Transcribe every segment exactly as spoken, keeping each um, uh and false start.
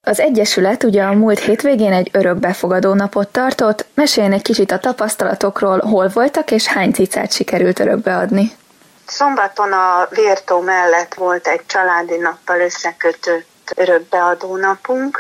Az Egyesület ugye a múlt hétvégén egy örökbefogadó napot tartott. Meséljen egy kicsit a tapasztalatokról, hol voltak és hány cicát sikerült örökbeadni. Szombaton a Vértó mellett volt egy családi nappal összekötött örökbeadó napunk.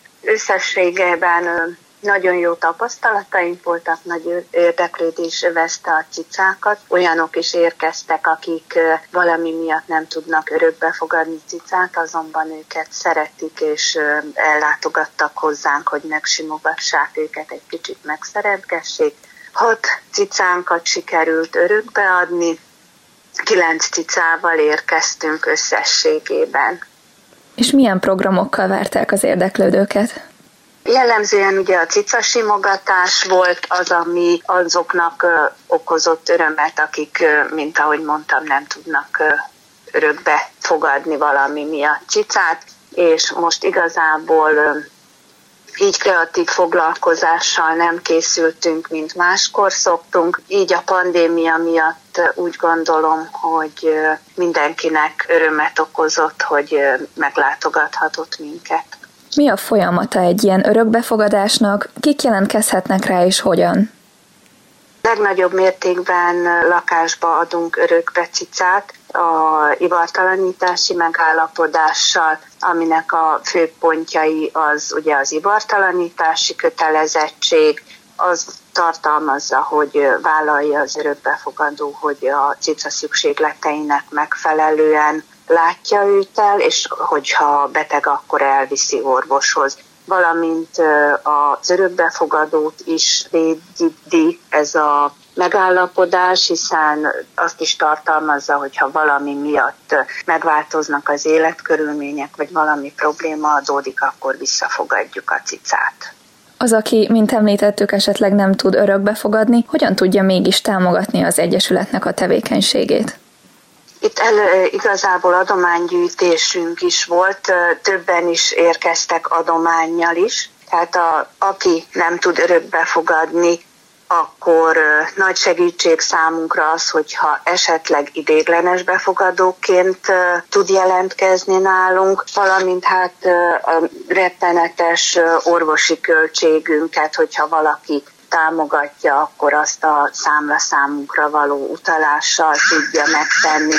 Összességében nagyon jó tapasztalataink voltak, nagy érdeklődés övezte a cicákat. Olyanok is érkeztek, akik valami miatt nem tudnak örökbefogadni cicát, azonban őket szeretik, és ellátogattak hozzánk, hogy megsimogassák őket, egy kicsit megszeretgessék. Hat cicánkat sikerült örökbeadni, kilenc cicával érkeztünk összességében. És milyen programokkal várták az érdeklődőket? Jellemzően ugye a cicasimogatás volt az, ami azoknak okozott örömet, akik, mint ahogy mondtam, nem tudnak örökbe fogadni valami miatt cicát, és most igazából így kreatív foglalkozással nem készültünk, mint máskor szoktunk. Így a pandémia miatt úgy gondolom, hogy mindenkinek örömet okozott, hogy meglátogathatott minket. Mi a folyamata egy ilyen örökbefogadásnak? Kik jelentkezhetnek rá és hogyan? Legnagyobb mértékben lakásba adunk örökbe cicát a ivartalanítási megállapodással, aminek a fő pontjai az ugye az ivartalanítási kötelezettség, az tartalmazza, hogy vállalja az örökbefogadó, hogy a cica szükségleteinek megfelelően látja őt el, és hogyha beteg, akkor elviszi orvoshoz. Valamint az örökbefogadót is védi ez a megállapodás, hiszen azt is tartalmazza, hogyha valami miatt megváltoznak az életkörülmények, vagy valami probléma adódik, akkor visszafogadjuk a cicát. Az, aki, mint említettük, esetleg nem tud örökbefogadni, hogyan tudja mégis támogatni az Egyesületnek a tevékenységét? Itt el, igazából adománygyűjtésünk is volt, többen is érkeztek adománnyal is, tehát a, aki nem tud örökbefogadni, akkor nagy segítség számunkra az, hogyha esetleg ideiglenes befogadóként tud jelentkezni nálunk, valamint hát a rettenetes orvosi költségünket, hogyha valaki támogatja, akkor azt a számla számunkra való utalással tudja megtenni.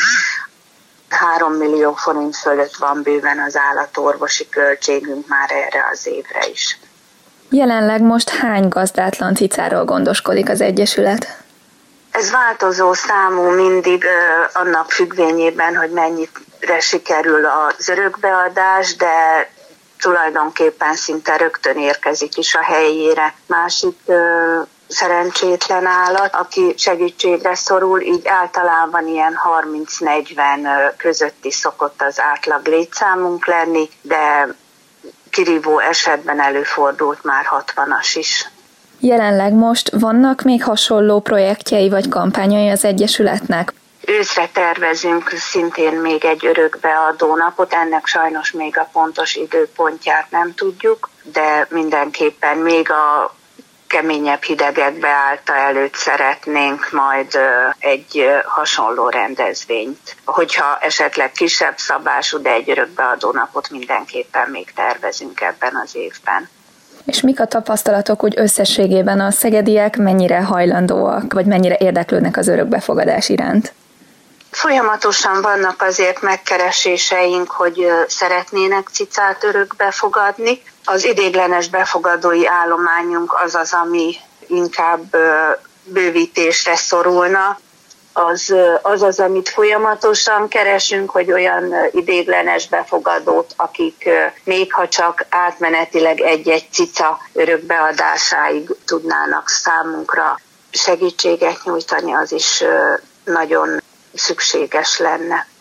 Három millió forint fölött van bőven az állatorvosi költségünk már erre az évre is. Jelenleg most hány gazdátlan cicáról gondoskodik az Egyesület? Ez változó számú mindig uh, annak függvényében, hogy mennyire sikerül az örökbeadás, de tulajdonképpen szinte rögtön érkezik is a helyére másik uh, szerencsétlen állat, aki segítségre szorul, így általában ilyen harminc-negyven közötti szokott az átlag létszámunk lenni, de kirívó esetben előfordult már hatvanas is. Jelenleg most vannak még hasonló projektjei vagy kampányai az Egyesületnek? Őszre tervezünk szintén még egy örökbeadó napot, ennek sajnos még a pontos időpontját nem tudjuk, de mindenképpen még a keményebb hidegek beállta előtt szeretnénk majd egy hasonló rendezvényt. Hogyha esetleg kisebb szabású, de egy örökbeadó napot mindenképpen még tervezünk ebben az évben. És mik a tapasztalatok úgy összességében, a szegediek mennyire hajlandóak, vagy mennyire érdeklődnek az örökbefogadás iránt? Folyamatosan vannak azért megkereséseink, hogy szeretnének cicát örökbefogadni. Az ideiglenes befogadói állományunk az az, ami inkább bővítésre szorulna. Az, az az, amit folyamatosan keresünk, hogy olyan ideiglenes befogadót, akik még ha csak átmenetileg egy-egy cica örökbeadásáig tudnának számunkra segítséget nyújtani, az is nagyon szükséges lenne.